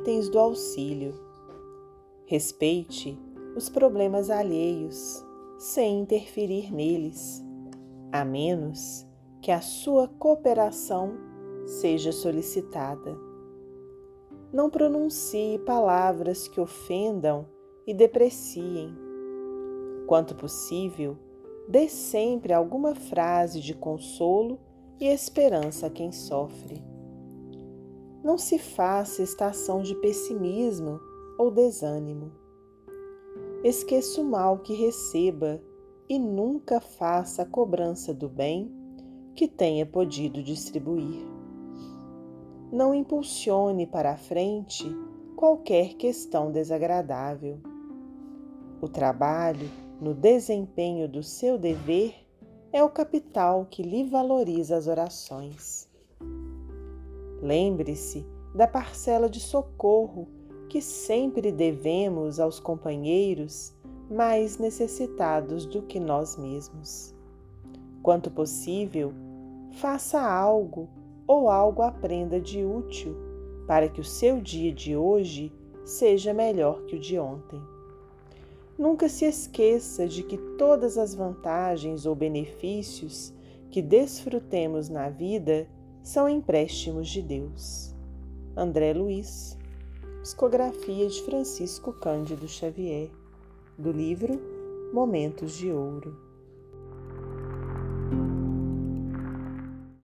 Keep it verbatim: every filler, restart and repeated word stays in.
itens do auxílio. Respeite os problemas alheios, sem interferir neles, a menos que a sua cooperação seja solicitada. Não pronuncie palavras que ofendam e depreciem. Quanto possível, dê sempre alguma frase de consolo e esperança a quem sofre. Não se faça estação de pessimismo ou desânimo. Esqueça o mal que receba e nunca faça a cobrança do bem que tenha podido distribuir. Não impulsione para a frente qualquer questão desagradável. O trabalho no desempenho do seu dever é o capital que lhe valoriza as orações. Lembre-se da parcela de socorro que sempre devemos aos companheiros mais necessitados do que nós mesmos. Quanto possível, faça algo ou algo aprenda de útil para que o seu dia de hoje seja melhor que o de ontem. Nunca se esqueça de que todas as vantagens ou benefícios que desfrutemos na vida são empréstimos de Deus. André Luiz, psicografia de Francisco Cândido Xavier, do livro Momentos de Ouro.